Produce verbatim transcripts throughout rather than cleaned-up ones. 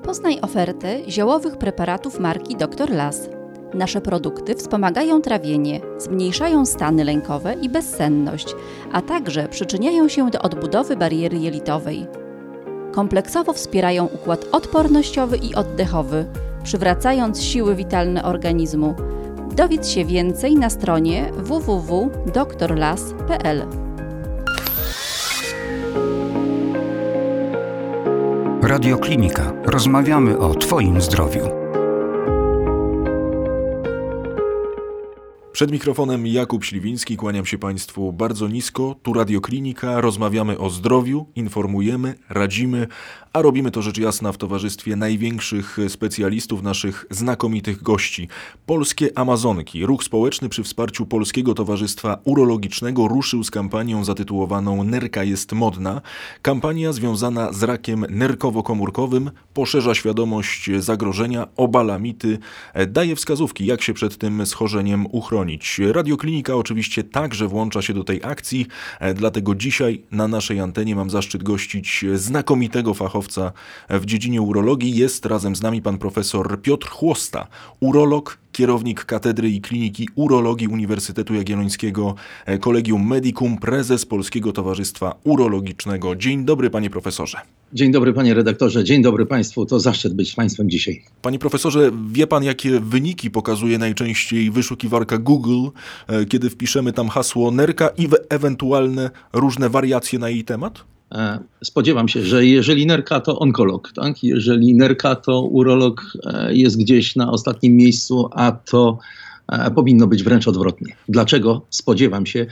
Poznaj ofertę ziołowych preparatów marki doktor Las. Nasze produkty wspomagają trawienie, zmniejszają stany lękowe i bezsenność, a także przyczyniają się do odbudowy bariery jelitowej. Kompleksowo wspierają układ odpornościowy i oddechowy, przywracając siły witalne organizmu. Dowiedz się więcej na stronie w w w kropka doktor las kropka p l. Radioklinika. Rozmawiamy o Twoim zdrowiu. Przed mikrofonem Jakub Śliwiński, kłaniam się Państwu bardzo nisko. Tu Radioklinika, rozmawiamy o zdrowiu, informujemy, radzimy, a robimy to rzecz jasna w towarzystwie największych specjalistów, naszych znakomitych gości. Polskie Amazonki. Ruch społeczny przy wsparciu Polskiego Towarzystwa Urologicznego ruszył z kampanią zatytułowaną Nerka jest modna. Kampania związana z rakiem nerkowo-komórkowym poszerza świadomość zagrożenia, obala mity, daje wskazówki, jak się przed tym schorzeniem uchronić. Radioklinika oczywiście także włącza się do tej akcji, dlatego dzisiaj na naszej antenie mam zaszczyt gościć znakomitego fachowca w dziedzinie urologii. Jest razem z nami pan profesor Piotr Chłosta, urolog, kierownik Katedry i Kliniki Urologii Uniwersytetu Jagiellońskiego Collegium Medicum, prezes Polskiego Towarzystwa Urologicznego. Dzień dobry, panie profesorze. Dzień dobry, panie redaktorze. Dzień dobry państwu. To zaszczyt być z państwem dzisiaj. Panie profesorze, wie pan, jakie wyniki pokazuje najczęściej wyszukiwarka Google, kiedy wpiszemy tam hasło nerka i ewentualne różne wariacje na jej temat? Spodziewam się, że jeżeli nerka, to onkolog, tak? Jeżeli nerka, to urolog jest gdzieś na ostatnim miejscu, a to powinno być wręcz odwrotnie. Dlaczego? Spodziewam się,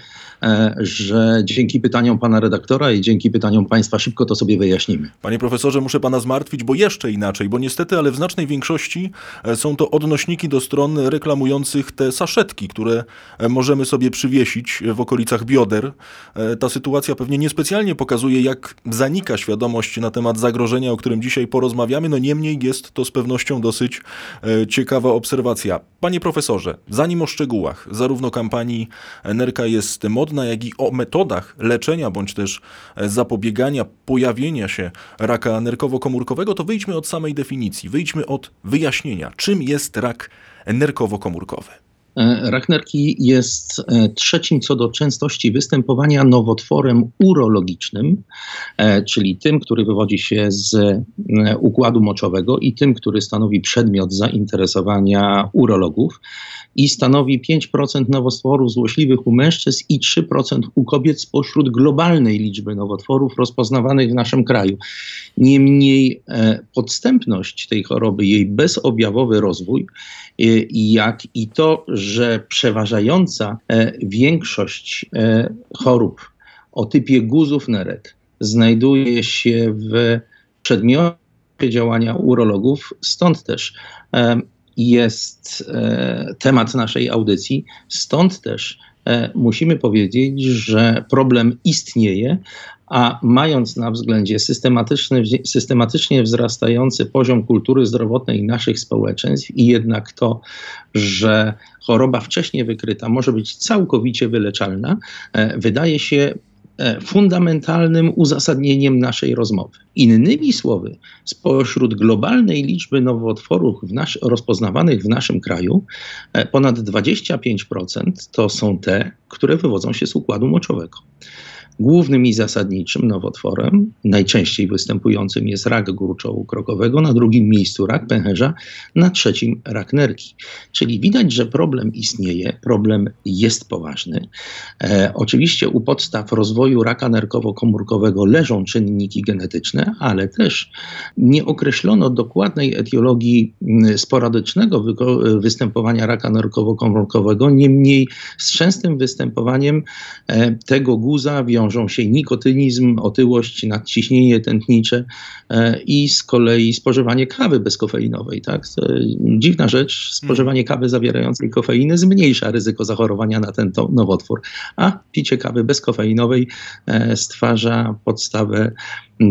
że dzięki pytaniom pana redaktora i dzięki pytaniom państwa szybko to sobie wyjaśnimy. Panie profesorze, muszę pana zmartwić, bo jeszcze inaczej, bo niestety, ale w znacznej większości są to odnośniki do stron reklamujących te saszetki, które możemy sobie przywiesić w okolicach bioder. Ta sytuacja pewnie niespecjalnie pokazuje, jak zanika świadomość na temat zagrożenia, o którym dzisiaj porozmawiamy, no niemniej jest to z pewnością dosyć ciekawa obserwacja. Panie profesorze, zanim o szczegółach zarówno kampanii Nerka jest modna, jak i o metodach leczenia bądź też zapobiegania pojawienia się raka nerkowo-komórkowego, to wyjdźmy od samej definicji, wyjdźmy od wyjaśnienia, czym jest rak nerkowo-komórkowy. Rak nerki jest trzecim co do częstości występowania nowotworem urologicznym, czyli tym, który wywodzi się z układu moczowego i tym, który stanowi przedmiot zainteresowania urologów i stanowi pięć procent nowotworów złośliwych u mężczyzn i trzy procent u kobiet spośród globalnej liczby nowotworów rozpoznawanych w naszym kraju. Niemniej podstępność tej choroby, jej bezobjawowy rozwój, jak i to, że przeważająca większość chorób o typie guzów nerek znajduje się w przedmiocie działania urologów, stąd też jest temat naszej audycji, stąd też musimy powiedzieć, że problem istnieje, a mając na względzie systematyczny, systematycznie wzrastający poziom kultury zdrowotnej naszych społeczeństw i jednak to, że choroba wcześnie wykryta może być całkowicie wyleczalna, wydaje się fundamentalnym uzasadnieniem naszej rozmowy. Innymi słowy, spośród globalnej liczby nowotworów w nas- rozpoznawanych w naszym kraju, ponad dwadzieścia pięć procent to są te, które wywodzą się z układu moczowego. Głównym i zasadniczym nowotworem, najczęściej występującym jest rak gruczołu krokowego, na drugim miejscu rak pęcherza, na trzecim rak nerki. Czyli widać, że problem istnieje, problem jest poważny. E, oczywiście u podstaw rozwoju raka nerkowo-komórkowego leżą czynniki genetyczne, ale też nie określono dokładnej etiologii sporadycznego wy- występowania raka nerkowo-komórkowego, niemniej z częstym występowaniem e, tego guza wiąże wiążą się nikotynizm, otyłość, nadciśnienie tętnicze e, i z kolei spożywanie kawy bezkofeinowej. Tak? Dziwna rzecz, spożywanie kawy zawierającej kofeinę zmniejsza ryzyko zachorowania na ten to, nowotwór, a picie kawy bezkofeinowej e, stwarza podstawę do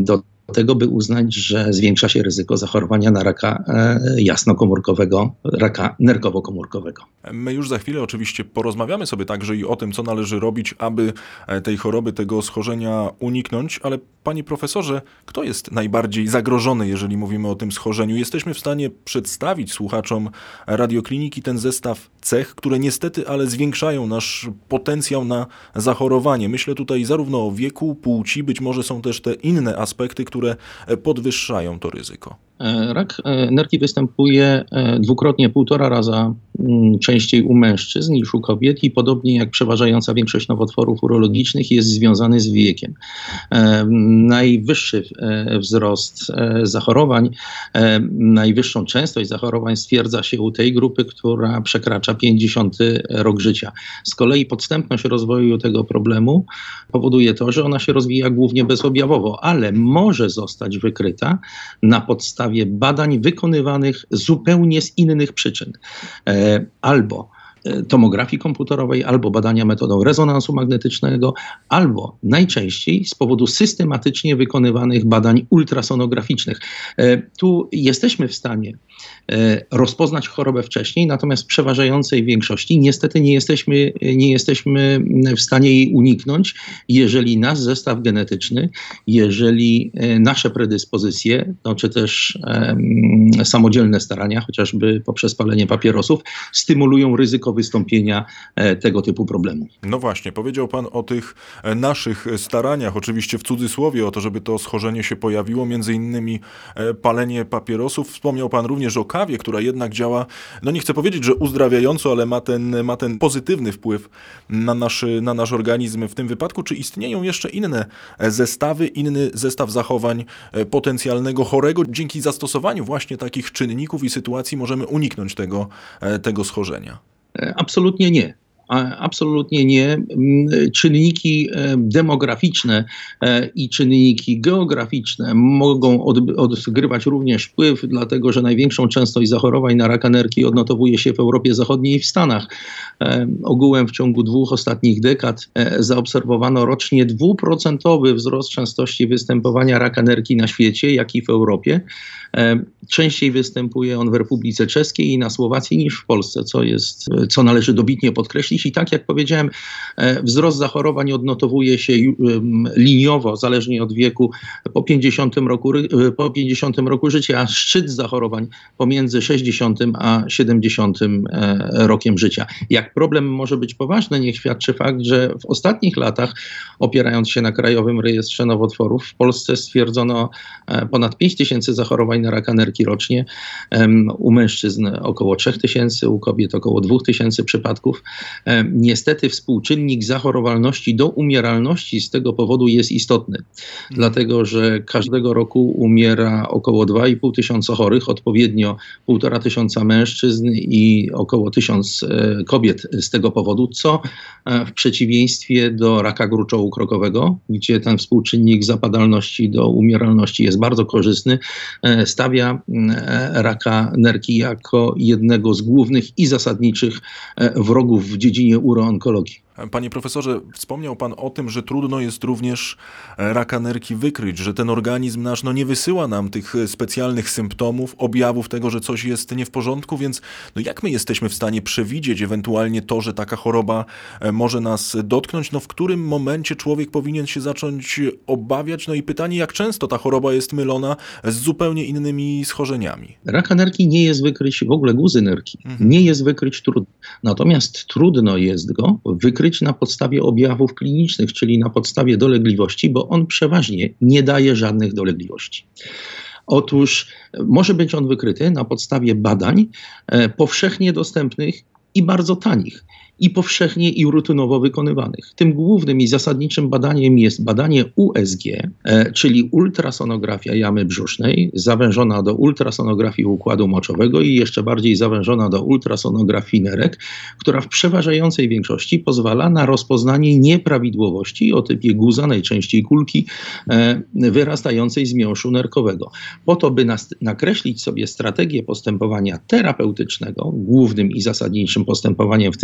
tego, by uznać, że zwiększa się ryzyko zachorowania na raka jasnokomórkowego, raka nerkowo-komórkowego. My już za chwilę oczywiście porozmawiamy sobie także i o tym, co należy robić, aby tej choroby, tego schorzenia uniknąć, ale panie profesorze, kto jest najbardziej zagrożony, jeżeli mówimy o tym schorzeniu? Jesteśmy w stanie przedstawić słuchaczom Radiokliniki ten zestaw cech, które niestety, ale zwiększają nasz potencjał na zachorowanie. Myślę tutaj zarówno o wieku, płci, być może są też te inne aspekty, które podwyższają to ryzyko. Rak nerki występuje dwukrotnie, półtora raza częściej u mężczyzn niż u kobiet i podobnie jak przeważająca większość nowotworów urologicznych jest związany z wiekiem. Najwyższy wzrost zachorowań, najwyższą częstość zachorowań stwierdza się u tej grupy, która przekracza pięćdziesiąty rok życia. Z kolei podstępność rozwoju tego problemu powoduje to, że ona się rozwija głównie bezobjawowo, ale może zostać wykryta na podstawie badań wykonywanych zupełnie z innych przyczyn. E, albo tomografii komputerowej, albo badania metodą rezonansu magnetycznego, albo najczęściej z powodu systematycznie wykonywanych badań ultrasonograficznych. E, tu jesteśmy w stanie e, rozpoznać chorobę wcześniej, natomiast w przeważającej większości niestety nie jesteśmy, nie jesteśmy w stanie jej uniknąć, jeżeli nasz zestaw genetyczny, jeżeli e, nasze predyspozycje, no, czy też e, samodzielne starania, chociażby poprzez palenie papierosów, stymulują ryzyko wystąpienia tego typu problemu. No właśnie, powiedział pan o tych naszych staraniach, oczywiście w cudzysłowie, o to, żeby to schorzenie się pojawiło, między innymi palenie papierosów. Wspomniał pan również o kawie, która jednak działa, no nie chcę powiedzieć, że uzdrawiająco, ale ma ten, ma ten pozytywny wpływ na nasz, na nasz organizm w tym wypadku. Czy istnieją jeszcze inne zestawy, inny zestaw zachowań potencjalnego chorego? Dzięki zastosowaniu właśnie takich czynników i sytuacji możemy uniknąć tego, tego schorzenia. Absolutnie nie. Absolutnie nie. Czynniki demograficzne i czynniki geograficzne mogą odgrywać również wpływ, dlatego że największą częstość zachorowań na raka nerki odnotowuje się w Europie Zachodniej i w Stanach. Ogółem w ciągu dwóch ostatnich dekad zaobserwowano rocznie dwuprocentowy wzrost częstości występowania raka nerki na świecie, jak i w Europie. Częściej występuje on w Republice Czeskiej i na Słowacji niż w Polsce, co jest, co należy dobitnie podkreślić. I tak jak powiedziałem, wzrost zachorowań odnotowuje się liniowo, zależnie od wieku, po pięćdziesiątym roku, po pięćdziesiątym roku życia, a szczyt zachorowań pomiędzy sześćdziesiątym a siedemdziesiątym rokiem życia. Jak problem może być poważny, niech świadczy fakt, że w ostatnich latach, opierając się na Krajowym Rejestrze Nowotworów, w Polsce stwierdzono ponad pięć tysięcy zachorowań na raka nerki rocznie. U mężczyzn około trzy tysiące, u kobiet około dwa tysiące przypadków. Niestety współczynnik zachorowalności do umieralności z tego powodu jest istotny, dlatego że każdego roku umiera około dwa i pół tysiąca chorych, odpowiednio półtora tysiąca mężczyzn i około tysiąc kobiet z tego powodu, co w przeciwieństwie do raka gruczołu krokowego, gdzie ten współczynnik zapadalności do umieralności jest bardzo korzystny, stawia raka nerki jako jednego z głównych i zasadniczych wrogów w dziedzinie uroonkologii. Panie profesorze, wspomniał pan o tym, że trudno jest również raka nerki wykryć, że ten organizm nasz no, nie wysyła nam tych specjalnych symptomów, objawów tego, że coś jest nie w porządku, więc no, jak my jesteśmy w stanie przewidzieć ewentualnie to, że taka choroba może nas dotknąć? No, w którym momencie człowiek powinien się zacząć obawiać? No i pytanie, jak często ta choroba jest mylona z zupełnie innymi schorzeniami? Raka nerki nie jest wykryć, w ogóle guzy nerki, mhm. nie jest wykryć trudno. Natomiast trudno jest go wykryć na podstawie objawów klinicznych, czyli na podstawie dolegliwości, bo on przeważnie nie daje żadnych dolegliwości. Otóż może być on wykryty na podstawie badań e, powszechnie dostępnych i bardzo tanich. I powszechnie i rutynowo wykonywanych. Tym głównym i zasadniczym badaniem jest badanie U S G, e, czyli ultrasonografia jamy brzusznej, zawężona do ultrasonografii układu moczowego i jeszcze bardziej zawężona do ultrasonografii nerek, która w przeważającej większości pozwala na rozpoznanie nieprawidłowości o typie guza, najczęściej kulki, e, wyrastającej z miąższu nerkowego. Po to, by nas, nakreślić sobie strategię postępowania terapeutycznego, głównym i zasadniczym postępowaniem w tym względzie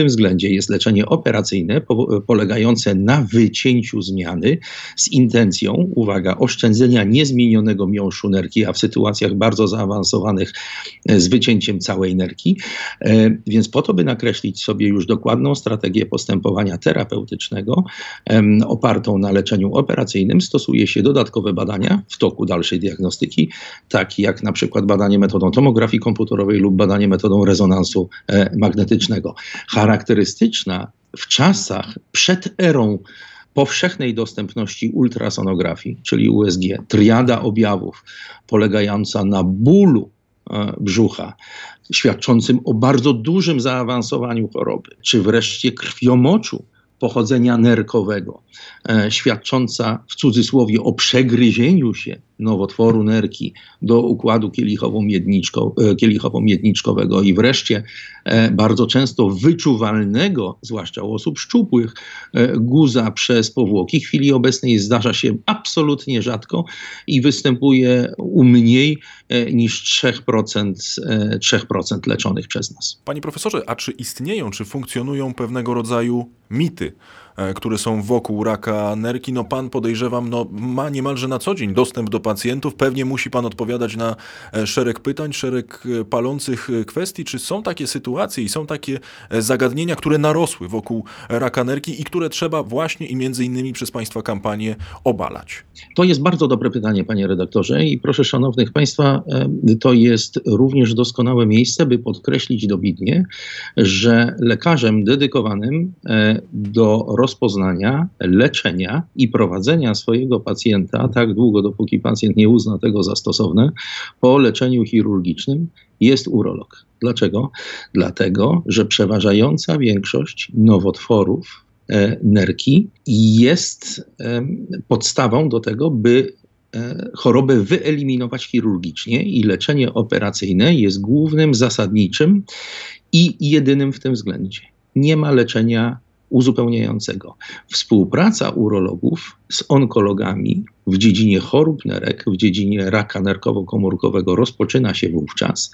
gdzie jest leczenie operacyjne po, polegające na wycięciu zmiany z intencją, uwaga, oszczędzenia niezmienionego miąższu nerki, a w sytuacjach bardzo zaawansowanych z wycięciem całej nerki. E, więc po to, by nakreślić sobie już dokładną strategię postępowania terapeutycznego em, opartą na leczeniu operacyjnym, stosuje się dodatkowe badania w toku dalszej diagnostyki, takie jak na przykład badanie metodą tomografii komputerowej lub badanie metodą rezonansu e, magnetycznego. Charakterystyczna w czasach przed erą powszechnej dostępności ultrasonografii, czyli U S G, triada objawów polegająca na bólu e, brzucha, świadczącym o bardzo dużym zaawansowaniu choroby, czy wreszcie krwiomoczu pochodzenia nerkowego, e, świadcząca w cudzysłowie o przegryzieniu się nowotworu nerki do układu kielichowo-miedniczko, kielichowo-miedniczkowego i wreszcie e, bardzo często wyczuwalnego, zwłaszcza u osób szczupłych, e, guza przez powłoki. W chwili obecnej zdarza się absolutnie rzadko i występuje u mniej e, niż trzy procent, e, trzy procent leczonych przez nas. Panie profesorze, a czy istnieją, czy funkcjonują pewnego rodzaju mity, e, które są wokół raka nerki? No pan, podejrzewam, no, ma niemalże na co dzień dostęp do pacjentów. Pewnie musi pan odpowiadać na szereg pytań, szereg palących kwestii. Czy są takie sytuacje i są takie zagadnienia, które narosły wokół raka nerki i które trzeba właśnie i między innymi przez państwa kampanię obalać? To jest bardzo dobre pytanie, panie redaktorze, i proszę szanownych państwa, to jest również doskonałe miejsce, by podkreślić dobitnie, że lekarzem dedykowanym do rozpoznania, leczenia i prowadzenia swojego pacjenta tak długo, dopóki pacjent nie uzna tego za stosowne, po leczeniu chirurgicznym jest urolog. Dlaczego? Dlatego, że przeważająca większość nowotworów e, nerki jest e, podstawą do tego, by e, chorobę wyeliminować chirurgicznie i leczenie operacyjne jest głównym, zasadniczym i jedynym w tym względzie. Nie ma leczenia uzupełniającego. Współpraca urologów z onkologami w dziedzinie chorób nerek, w dziedzinie raka nerkowo-komórkowego rozpoczyna się wówczas,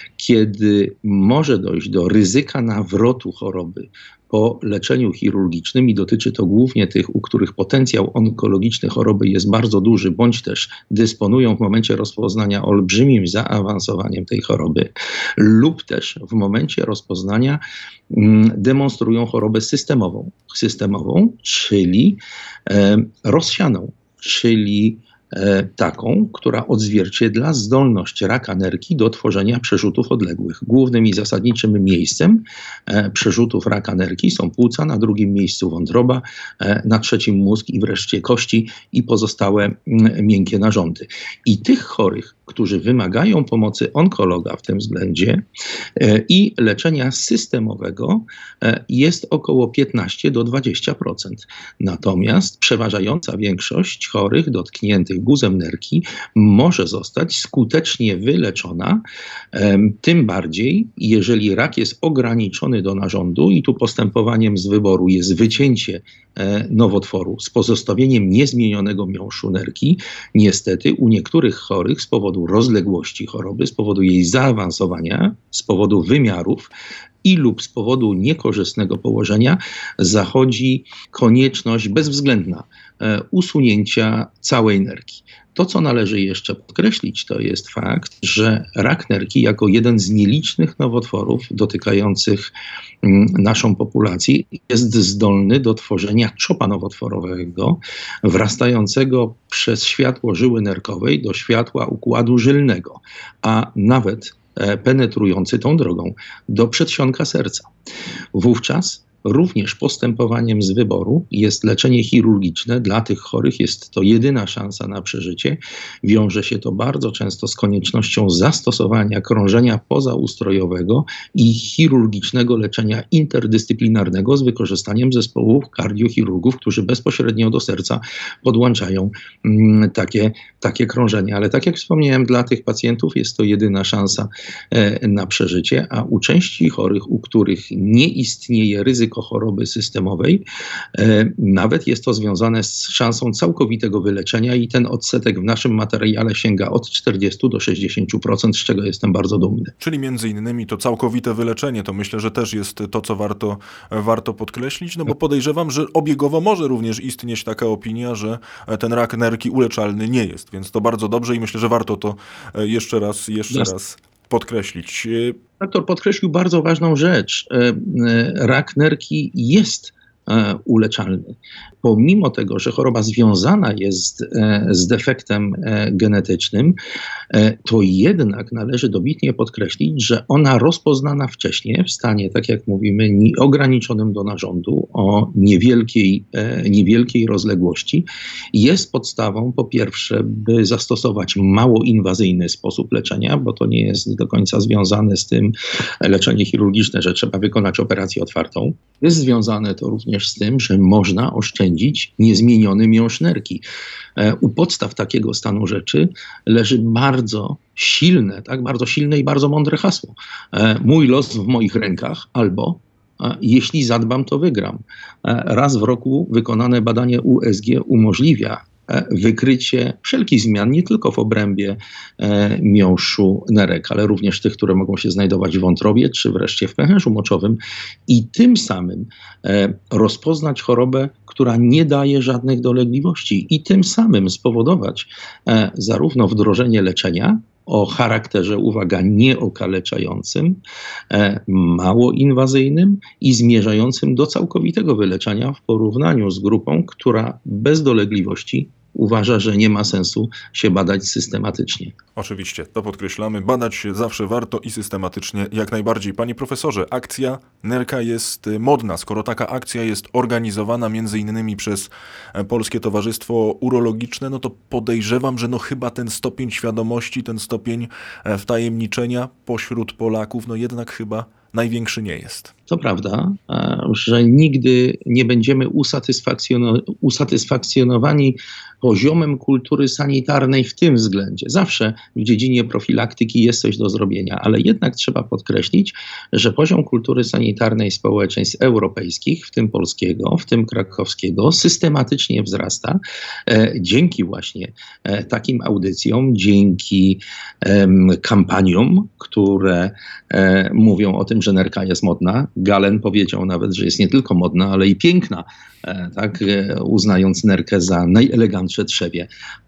kiedy może dojść do ryzyka nawrotu choroby po leczeniu chirurgicznym i dotyczy to głównie tych, u których potencjał onkologiczny choroby jest bardzo duży, bądź też dysponują w momencie rozpoznania olbrzymim zaawansowaniem tej choroby, lub też w momencie rozpoznania mm, demonstrują chorobę systemową. Systemową, czyli e, rozsianą, czyli e, taką, która odzwierciedla zdolność raka nerki do tworzenia przerzutów odległych. Głównym i zasadniczym miejscem e, przerzutów raka nerki są płuca, na drugim miejscu wątroba, e, na trzecim mózg i wreszcie kości i pozostałe m, miękkie narządy. I tych chorych, którzy wymagają pomocy onkologa w tym względzie e, i leczenia systemowego e, jest około piętnaście do dwudziestu procent. Natomiast przeważająca większość chorych dotkniętych guzem nerki może zostać skutecznie wyleczona, e, tym bardziej jeżeli rak jest ograniczony do narządu i tu postępowaniem z wyboru jest wycięcie e, nowotworu z pozostawieniem niezmienionego miąższu nerki. Niestety u niektórych chorych z powodu rozległości choroby, z powodu jej zaawansowania, z powodu wymiarów i lub z powodu niekorzystnego położenia zachodzi konieczność bezwzględna e, usunięcia całej nerki. To, co należy jeszcze podkreślić, to jest fakt, że rak nerki jako jeden z nielicznych nowotworów dotykających mm, naszą populację jest zdolny do tworzenia czopa nowotworowego wrastającego przez światło żyły nerkowej do światła układu żylnego, a nawet e, penetrujący tą drogą do przedsionka serca. Wówczas również postępowaniem z wyboru jest leczenie chirurgiczne. Dla tych chorych jest to jedyna szansa na przeżycie. Wiąże się to bardzo często z koniecznością zastosowania krążenia pozaustrojowego i chirurgicznego leczenia interdyscyplinarnego z wykorzystaniem zespołów kardiochirurgów, którzy bezpośrednio do serca podłączają mm, takie, takie krążenie. Ale tak jak wspomniałem, dla tych pacjentów jest to jedyna szansa e, na przeżycie, a u części chorych, u których nie istnieje ryzyko ryzyko choroby systemowej. Nawet jest to związane z szansą całkowitego wyleczenia i ten odsetek w naszym materiale sięga od czterdziestu do sześćdziesięciu procent, z czego jestem bardzo dumny. Czyli między innymi to całkowite wyleczenie, to myślę, że też jest to, co warto, warto podkreślić, no bo podejrzewam, że obiegowo może również istnieć taka opinia, że ten rak nerki uleczalny nie jest, więc to bardzo dobrze i myślę, że warto to jeszcze raz, jeszcze Jasne. raz podkreślić. Doktor podkreślił bardzo ważną rzecz. Rak nerki jest uleczalny. Pomimo tego, że choroba związana jest z defektem genetycznym, to jednak należy dobitnie podkreślić, że ona rozpoznana wcześniej w stanie, tak jak mówimy, ograniczonym do narządu, o niewielkiej, niewielkiej rozległości, jest podstawą po pierwsze, by zastosować mało inwazyjny sposób leczenia, bo to nie jest do końca związane z tym leczenie chirurgiczne, że trzeba wykonać operację otwartą. Jest związane to również z tym, że można oszczędzić niezmieniony miąższ nerki. U podstaw takiego stanu rzeczy leży bardzo silne, tak, bardzo silne i bardzo mądre hasło. Mój los w moich rękach, albo jeśli zadbam, to wygram. Raz w roku wykonane badanie U S G umożliwia wykrycie wszelkich zmian, nie tylko w obrębie e, miąższu nerek, ale również tych, które mogą się znajdować w wątrobie, czy wreszcie w pęcherzu moczowym i tym samym e, rozpoznać chorobę, która nie daje żadnych dolegliwości i tym samym spowodować e, zarówno wdrożenie leczenia o charakterze, uwaga, nieokaleczającym, e, mało inwazyjnym i zmierzającym do całkowitego wyleczenia w porównaniu z grupą, która bez dolegliwości uważa, że nie ma sensu się badać systematycznie. Oczywiście, to podkreślamy. Badać się zawsze warto i systematycznie jak najbardziej. Panie profesorze, akcja nerka jest modna. Skoro taka akcja jest organizowana między innymi przez Polskie Towarzystwo Urologiczne, no to podejrzewam, że no chyba ten stopień świadomości, ten stopień wtajemniczenia pośród Polaków, no jednak chyba największy nie jest. To prawda, że nigdy nie będziemy usatysfakcjono- usatysfakcjonowani poziomem kultury sanitarnej w tym względzie. Zawsze w dziedzinie profilaktyki jest coś do zrobienia, ale jednak trzeba podkreślić, że poziom kultury sanitarnej społeczeństw europejskich, w tym polskiego, w tym krakowskiego, systematycznie wzrasta e, dzięki właśnie e, takim audycjom, dzięki e, kampaniom, które e, mówią o tym, że nerka jest modna. Galen powiedział nawet, że jest nie tylko modna, ale i piękna, e, tak, e, uznając nerkę za najelegantsze trzewie.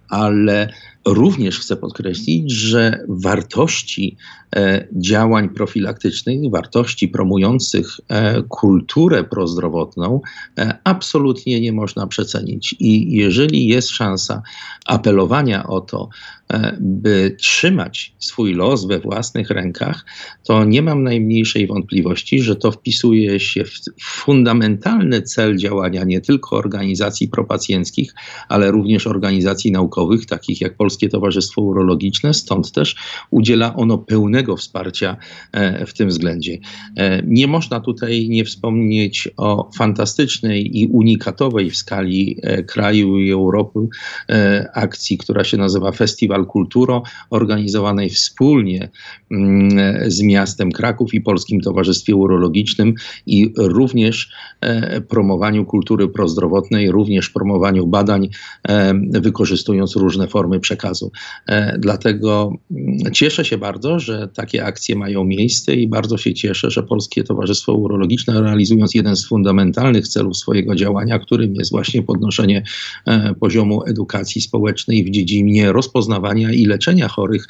Ale również chcę podkreślić, że wartości e, działań profilaktycznych, wartości promujących e, kulturę prozdrowotną e, absolutnie nie można przecenić. I jeżeli jest szansa apelowania o to, e, by trzymać swój los we własnych rękach, to nie mam najmniejszej wątpliwości, że to wpisuje się w fundamentalny cel działania nie tylko organizacji propacjenckich, ale również organizacji naukowych, takich jak Polskie Towarzystwo Urologiczne, stąd też udziela ono pełnego wsparcia w tym względzie. Nie można tutaj nie wspomnieć o fantastycznej i unikatowej w skali kraju i Europy akcji, która się nazywa Festiwal Kulturo, organizowanej wspólnie z miastem Kraków i Polskim Towarzystwie Urologicznym i również promowaniu kultury prozdrowotnej, również promowaniu badań, wykorzystując różne formy przekazu. Dlatego cieszę się bardzo, że takie akcje mają miejsce i bardzo się cieszę, że Polskie Towarzystwo Urologiczne, realizując jeden z fundamentalnych celów swojego działania, którym jest właśnie podnoszenie poziomu edukacji społecznej w dziedzinie rozpoznawania i leczenia chorych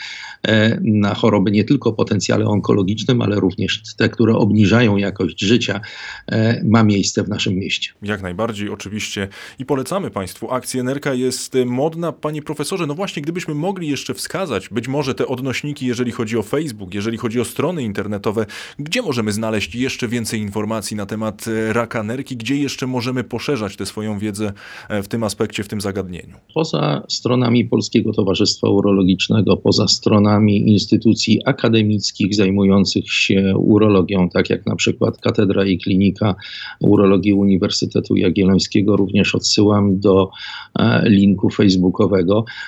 na choroby nie tylko o potencjale onkologicznym, ale również te, które obniżają jakość życia, ma miejsce w naszym mieście. Jak najbardziej, oczywiście. I polecamy Państwu. Akcja nerka jest modna. Panie profesorze, no właśnie, gdybyśmy mogli jeszcze wskazać być może te odnośniki, jeżeli chodzi o Facebook, jeżeli chodzi o strony internetowe, gdzie możemy znaleźć jeszcze więcej informacji na temat raka nerki, gdzie jeszcze możemy poszerzać tę swoją wiedzę w tym aspekcie, w tym zagadnieniu? Poza stronami Polskiego Towarzystwa Urologicznego, poza stronami instytucji akademickich zajmujących się urologią, tak jak na przykład Katedra i Klinika Urologii Uniwersytetu Jagiellońskiego, również odsyłam do linku facebookowego.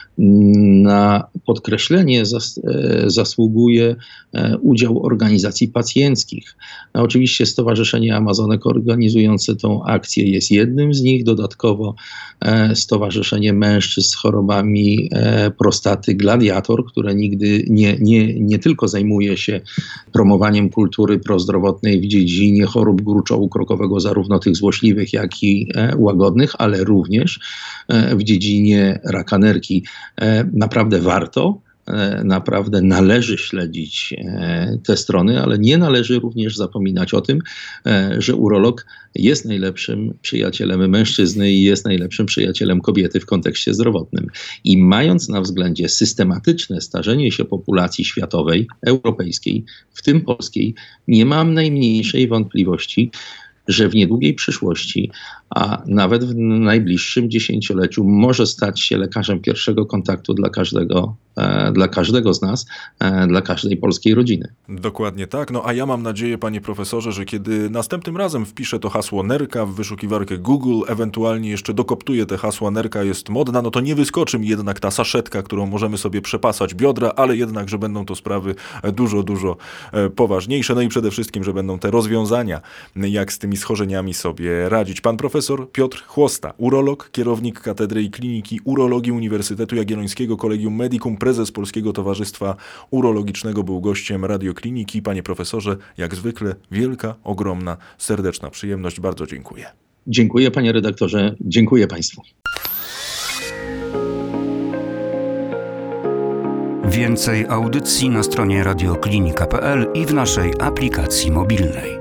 Na podkreślenie zas, zasługuje udział organizacji pacjenckich. No, oczywiście Stowarzyszenie Amazonek organizujące tą akcję jest jednym z nich. Dodatkowo Stowarzyszenie Mężczyzn z chorobami prostaty Gladiator, które nigdy nie, nie, nie tylko zajmuje się promowaniem kultury prozdrowotnej w dziedzinie chorób gruczołu krokowego, zarówno tych złośliwych, jak i łagodnych, ale również w dziedzinie raka nerki. Naprawdę warto, naprawdę należy śledzić te strony, ale nie należy również zapominać o tym, że urolog jest najlepszym przyjacielem mężczyzny i jest najlepszym przyjacielem kobiety w kontekście zdrowotnym. I mając na względzie systematyczne starzenie się populacji światowej, europejskiej, w tym polskiej, nie mam najmniejszej wątpliwości, że w niedługiej przyszłości, a nawet w najbliższym dziesięcioleciu może stać się lekarzem pierwszego kontaktu dla każdego, e, dla każdego z nas, e, dla każdej polskiej rodziny. Dokładnie tak. No a ja mam nadzieję, panie profesorze, że kiedy następnym razem wpiszę to hasło nerka w wyszukiwarkę Google, ewentualnie jeszcze dokoptuję te hasła nerka jest modna, no to nie wyskoczy mi jednak ta saszetka, którą możemy sobie przepasać biodra, ale jednak, że będą to sprawy dużo, dużo poważniejsze. No i przede wszystkim, że będą te rozwiązania, jak z tymi schorzeniami sobie radzić. Pan profesor Piotr Chłosta, urolog, kierownik Katedry i Kliniki Urologii Uniwersytetu Jagiellońskiego Collegium Medicum, prezes Polskiego Towarzystwa Urologicznego, był gościem Radiokliniki. Panie profesorze, jak zwykle wielka, ogromna, serdeczna przyjemność. Bardzo dziękuję. Dziękuję, panie redaktorze. Dziękuję państwu. Więcej audycji na stronie radioklinika kropka p l i w naszej aplikacji mobilnej.